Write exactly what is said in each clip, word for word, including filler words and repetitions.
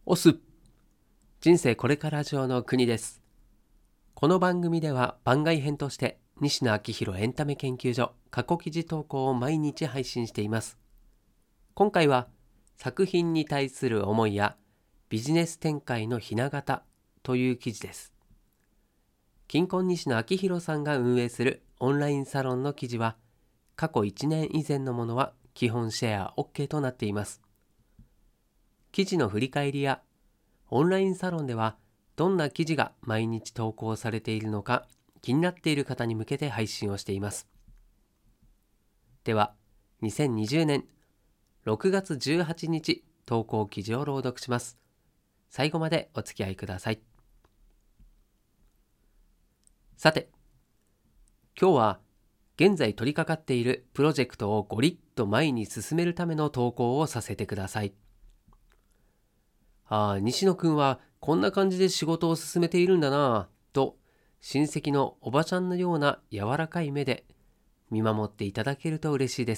オス人生これから上の国です。この番組では番外編として西野昭弘エンタメ研究所過去記事投稿を毎日配信しています。今回は作品に対する思いやビジネス展開のひな形という記事です。金婚西野昭弘さんが運営するオンラインサロンの記事は過去いちねん以前のものは基本シェア OK となっています。記事の振り返りやオンラインサロンではどんな記事が毎日投稿されているのか気になっている方に向けて配信をしています。では、にせんにじゅうねんろくがつじゅうはちにち投稿記事を朗読します。最後までお付き合いください。さて、今日は現在取り掛かっているプロジェクトをゴリッと前に進めるための投稿をさせてください。ああ、西野くんはこんな感じで仕事を進めているんだなぁと、親戚のおばちゃんのような柔らかい目で見守っていただけると嬉しいです。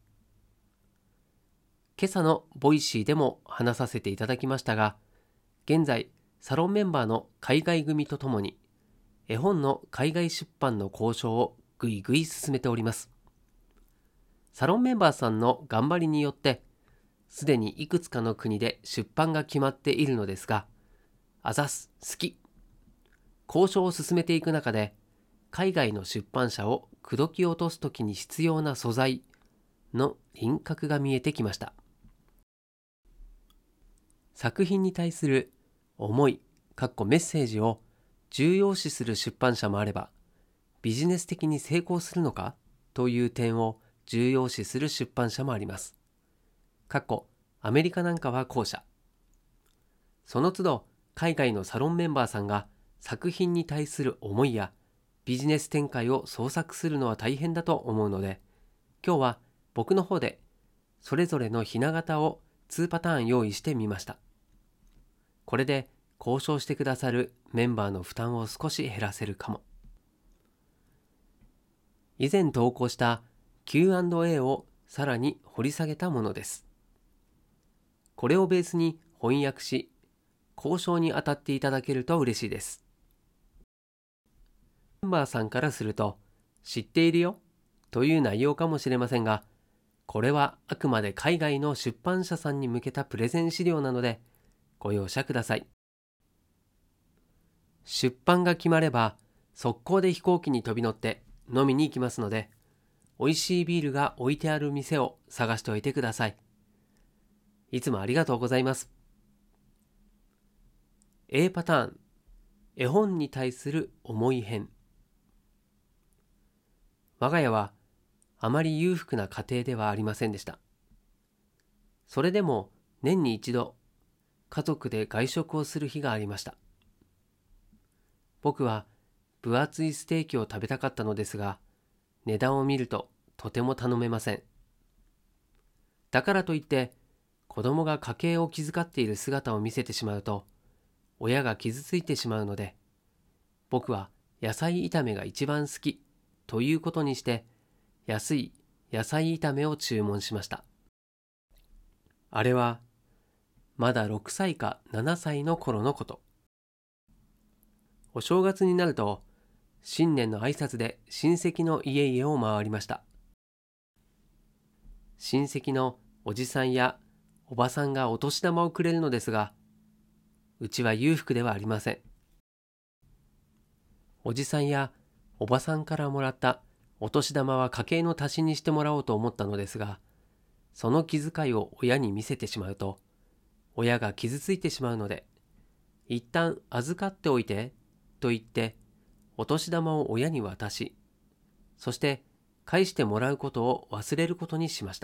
今朝のボイシーでも話させていただきましたが、現在サロンメンバーの海外組とともに絵本の海外出版の交渉をぐいぐい進めております。サロンメンバーさんの頑張りによってすでにいくつかの国で出版が決まっているのですが、あざす、好き。交渉を進めていく中で、海外の出版社を口説き落とすときに必要な素材の輪郭が見えてきました。作品に対する思い、かっこメッセージを重要視する出版社もあれば、ビジネス的に成功するのかという点を重要視する出版社もあります。過去アメリカなんかは後者。その都度海外のサロンメンバーさんが作品に対する思いやビジネス展開を創作するのは大変だと思うので、今日は僕の方でそれぞれのひな形をにパターン用意してみました。これで交渉してくださるメンバーの負担を少し減らせるかも。以前投稿した キューアンドエー をさらに掘り下げたものです。これをベースに翻訳し、交渉に当たっていただけると嬉しいです。メンバーさんからすると、知っているよという内容かもしれませんが、これはあくまで海外の出版社さんに向けたプレゼン資料なので、ご容赦ください。出版が決まれば、速攻で飛行機に飛び乗って飲みに行きますので、美味しいビールが置いてある店を探しておいてください。いつもありがとうございます。A パターン、絵本に対する思い編。我が家はあまり裕福な家庭ではありませんでした。それでも年に一度、家族で外食をする日がありました。僕は分厚いステーキを食べたかったのですが、値段を見るととても頼めません。だからといって、子供が家計を気遣っている姿を見せてしまうと、親が傷ついてしまうので、僕は野菜炒めが一番好きということにして、安い野菜炒めを注文しました。あれはまだろくさいかななさいの頃のこと。お正月になると、新年の挨拶で親戚の家々を回りました。親戚のおじさんやおばさんがお年玉をくれるのですが、うちは裕福ではありません。おじさんやおばさんからもらったお年玉は家計の足しにしてもらおうと思ったのですが、その気遣いを親に見せてしまうと、親が傷ついてしまうので、一旦預かっておいてと言って、お年玉を親に渡し、そして返してもらうことを忘れることにしました。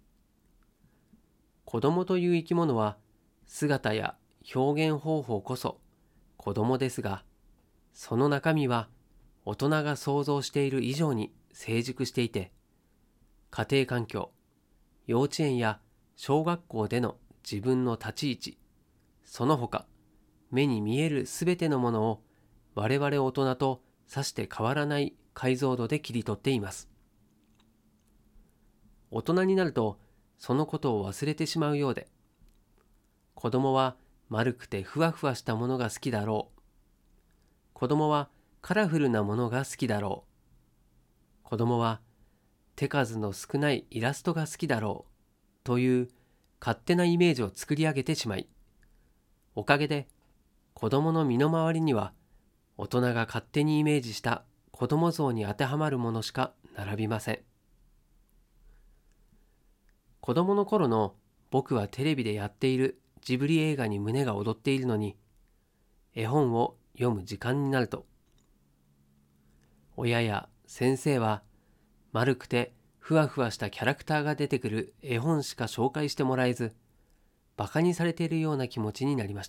子供という生き物は、姿や表現方法こそ子供ですが、その中身は大人が想像している以上に成熟していて、家庭環境、幼稚園や小学校での自分の立ち位置、その他、目に見えるすべてのものを我々大人とさして変わらない解像度で切り取っています。大人になるとそのことを忘れてしまうようで、子供は丸くてふわふわしたものが好きだろう。子供はカラフルなものが好きだろう。子供は手数の少ないイラストが好きだろう。という勝手なイメージを作り上げてしまい、おかげで子供の身の回りには大人が勝手にイメージした子供像に当てはまるものしか並びません。子供の頃の僕はテレビでやっているジブリ映画に胸が躍っているのに、絵本を読む時間になると、親や先生は丸くてふわふわしたキャラクターが出てくる絵本しか紹介してもらえず、バカにされているような気持ちになりました。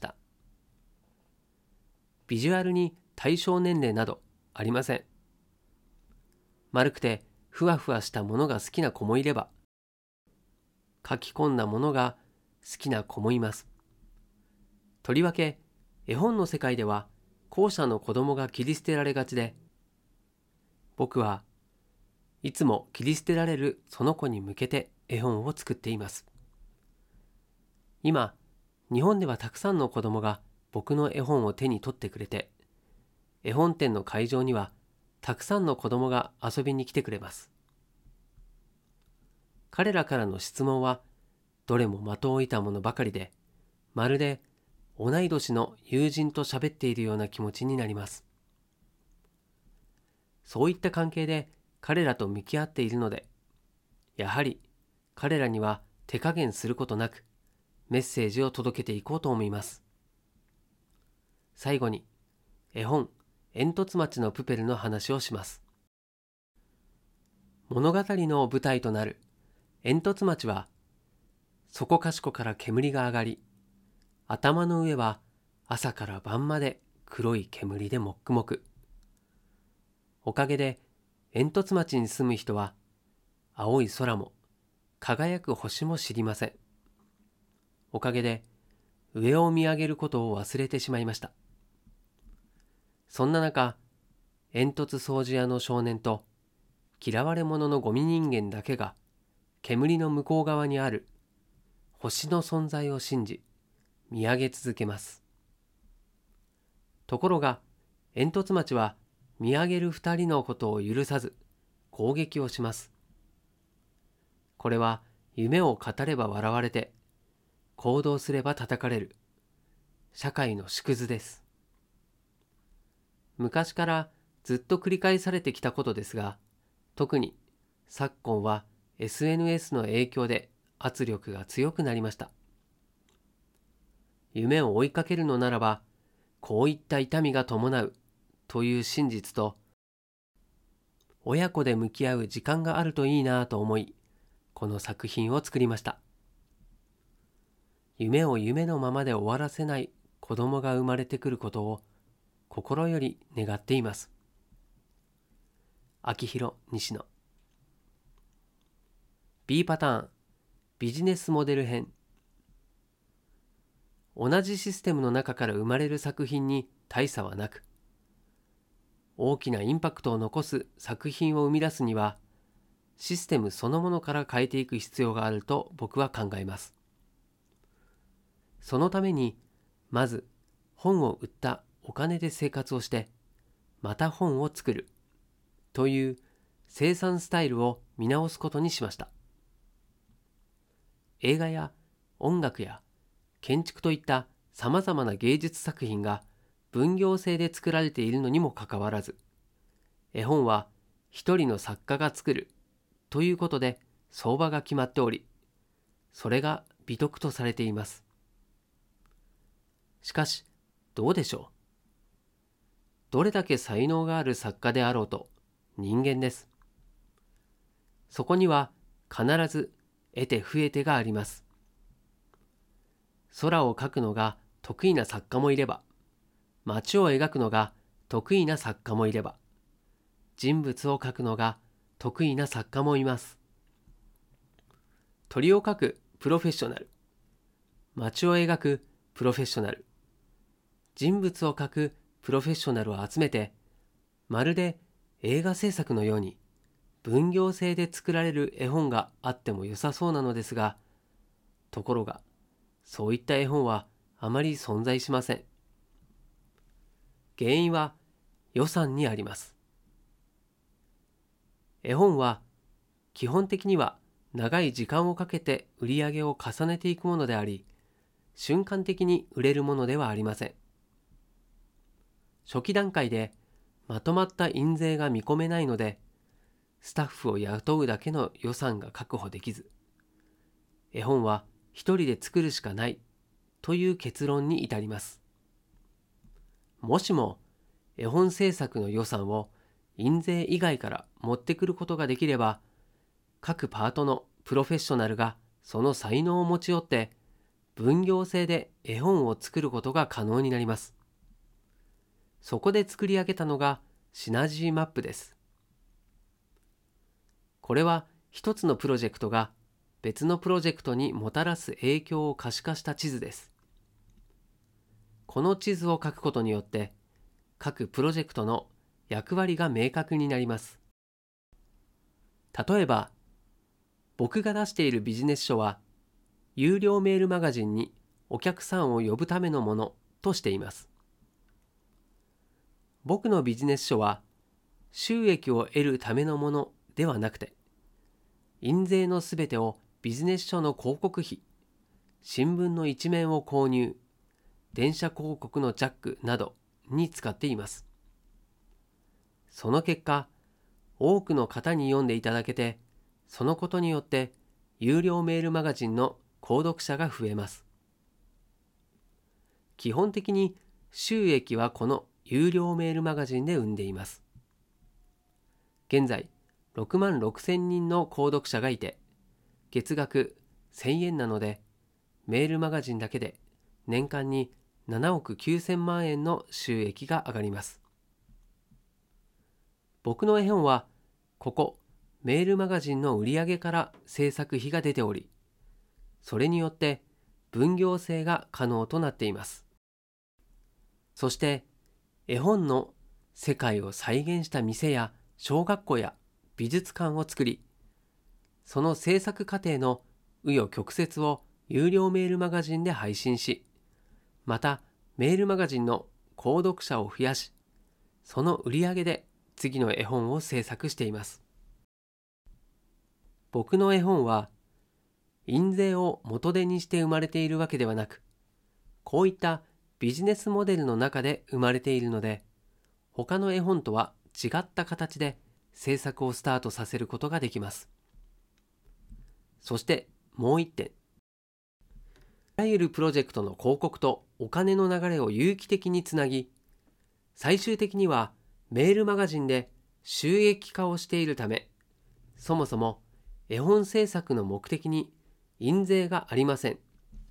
ビジュアルに対象年齢などありません。丸くてふわふわしたものが好きな子もいれば、書き込んだものが好きな子もいます。とりわけ絵本の世界では後者の子供が切り捨てられがちで、僕はいつも切り捨てられるその子に向けて絵本を作っています。今、日本ではたくさんの子供が僕の絵本を手に取ってくれて、絵本店の会場にはたくさんの子供が遊びに来てくれます。彼らからの質問はどれも的を射たものばかりで、まるで同い年の友人と喋っているような気持ちになります。そういった関係で彼らと向き合っているので、やはり彼らには手加減することなくメッセージを届けていこうと思います。最後に絵本煙突町のプペルの話をします。物語の舞台となる煙突町は、そこかしこから煙が上がり、頭の上は朝から晩まで黒い煙でもっくもく。おかげで煙突町に住む人は青い空も輝く星も知りません。おかげで上を見上げることを忘れてしまいました。そんな中、煙突掃除屋の少年と嫌われ者のゴミ人間だけが煙の向こう側にある星の存在を信じ見上げ続けます。ところが煙突町は見上げる二人のことを許さず攻撃をします。これは夢を語れば笑われて、行動すれば叩かれる社会の縮図です。昔からずっと繰り返されてきたことですが、特に昨今は エスエヌエス の影響で圧力が強くなりました。夢を追いかけるのならば、こういった痛みが伴うという真実と、親子で向き合う時間があるといいなと思い、この作品を作りました。夢を夢のままで終わらせない子供が生まれてくることを心より願っています。秋広西野。 B パターンビジネスモデル編。同じシステムの中から生まれる作品に大差はなく、大きなインパクトを残す作品を生み出すには、システムそのものから変えていく必要があると僕は考えます。そのために、まず本を売ったお金で生活をして、また本を作るという生産スタイルを見直すことにしました。映画や音楽や建築といったさまざまな芸術作品が分業制で作られているのにもかかわらず、絵本は一人の作家が作るということで相場が決まっており、それが美徳とされています。しかし、どうでしょう。どれだけ才能がある作家であろうと人間です。そこには必ず得手不得手があります。空を描くのが得意な作家もいれば、街を描くのが得意な作家もいれば、人物を描くのが得意な作家もいます。鳥を描くプロフェッショナル、街を描くプロフェッショナル、人物を描くプロフェッショナルを集めて、まるで映画制作のように分業制で作られる絵本があっても良さそうなのですが、ところがそういった絵本はあまり存在しません。原因は予算にあります。絵本は基本的には長い時間をかけて売り上げを重ねていくものであり、瞬間的に売れるものではありません。初期段階でまとまった印税が見込めないので、スタッフを雇うだけの予算が確保できず、絵本は一人で作るしかないという結論に至ります。もしも絵本制作の予算を印税以外から持ってくることができれば、各パートのプロフェッショナルがその才能を持ち寄って分業制で絵本を作ることが可能になります。そこで作り上げたのがシナジーマップです。これは一つのプロジェクトが別のプロジェクトにもたらす影響を可視化した地図です。この地図を書くことによって各プロジェクトの役割が明確になります。例えば、僕が出しているビジネス書は有料メールマガジンにお客さんを呼ぶためのものとしています。僕のビジネス書は収益を得るためのものではなくて、印税のすべてをビジネス書の広告費、新聞の一面を購入、電車広告のジャックなどに使っています。その結果、多くの方に読んでいただけて、そのことによって有料メールマガジンの購読者が増えます。基本的に収益はこの有料メールマガジンで生んでいます。現在、ろくまんろくせんにんの購読者がいて、月額せんえんなので、メールマガジンだけで年間にななおくきゅうせんまんえんの収益が上がります。僕の絵本は、ここメールマガジンの売り上げから制作費が出ており、それによって分業制が可能となっています。そして、絵本の世界を再現した店や小学校や美術館を作り、その制作過程の紆余曲折を有料メールマガジンで配信し、またメールマガジンの購読者を増やし、その売り上げで次の絵本を制作しています。僕の絵本は、印税を元手にして生まれているわけではなく、こういったビジネスモデルの中で生まれているので、他の絵本とは違った形で制作をスタートさせることができます。そしてもう一点。あらゆるプロジェクトの広告とお金の流れを有機的につなぎ、最終的にはメールマガジンで収益化をしているため、そもそも絵本制作の目的に印税がありません。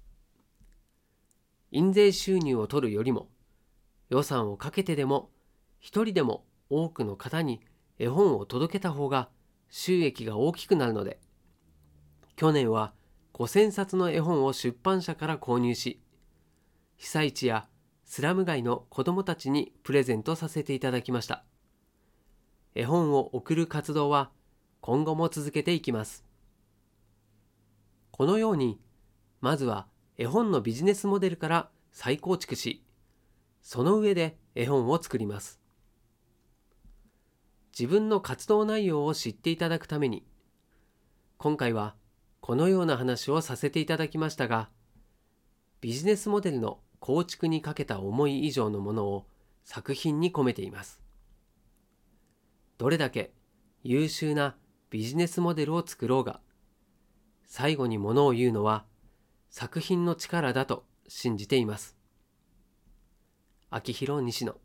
印税収入を取るよりも、予算をかけてでも一人でも多くの方に絵本を届けた方が収益が大きくなるので、去年はごせんさつの絵本を出版社から購入し、被災地やスラム街の子どもたちにプレゼントさせていただきました。絵本を送る活動は今後も続けていきます。このように、まずは絵本のビジネスモデルから再構築し、その上で絵本を作ります。自分の活動内容を知っていただくために、今回はこのような話をさせていただきましたが、ビジネスモデルの構築にかけた思い以上のものを作品に込めています。どれだけ優秀なビジネスモデルを作ろうが、最後にものを言うのは作品の力だと信じています。秋広西野。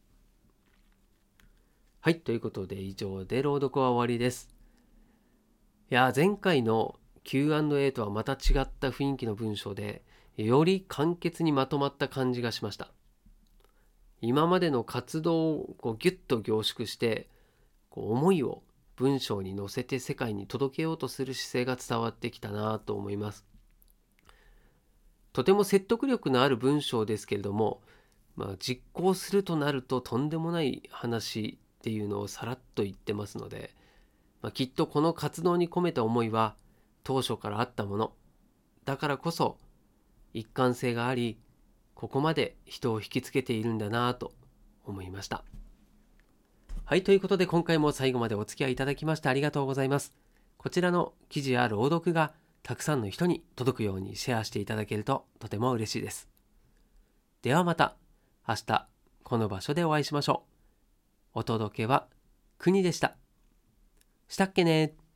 はい、ということで以上で朗読は終わりです。いや、前回の キューアンドエー とはまた違った雰囲気の文章で、より簡潔にまとまった感じがしました。今までの活動をこうギュッと凝縮して、こう思いを文章に乗せて世界に届けようとする姿勢が伝わってきたなと思います。とても説得力のある文章ですけれども、まあ、実行するとなるととんでもない話っていうのをさらっと言ってますので、まあ、きっとこの活動に込めた思いは当初からあったものだからこそ一貫性があり、 ここまで人を引きつけているんだなと思いました。はい、ということで今回も最後までお付き合いいただきましてありがとうございます。こちらの記事や朗読がたくさんの人に届くようにシェアしていただけるととても嬉しいです。ではまた明日この場所でお会いしましょう。お届けは国でした。したっけね。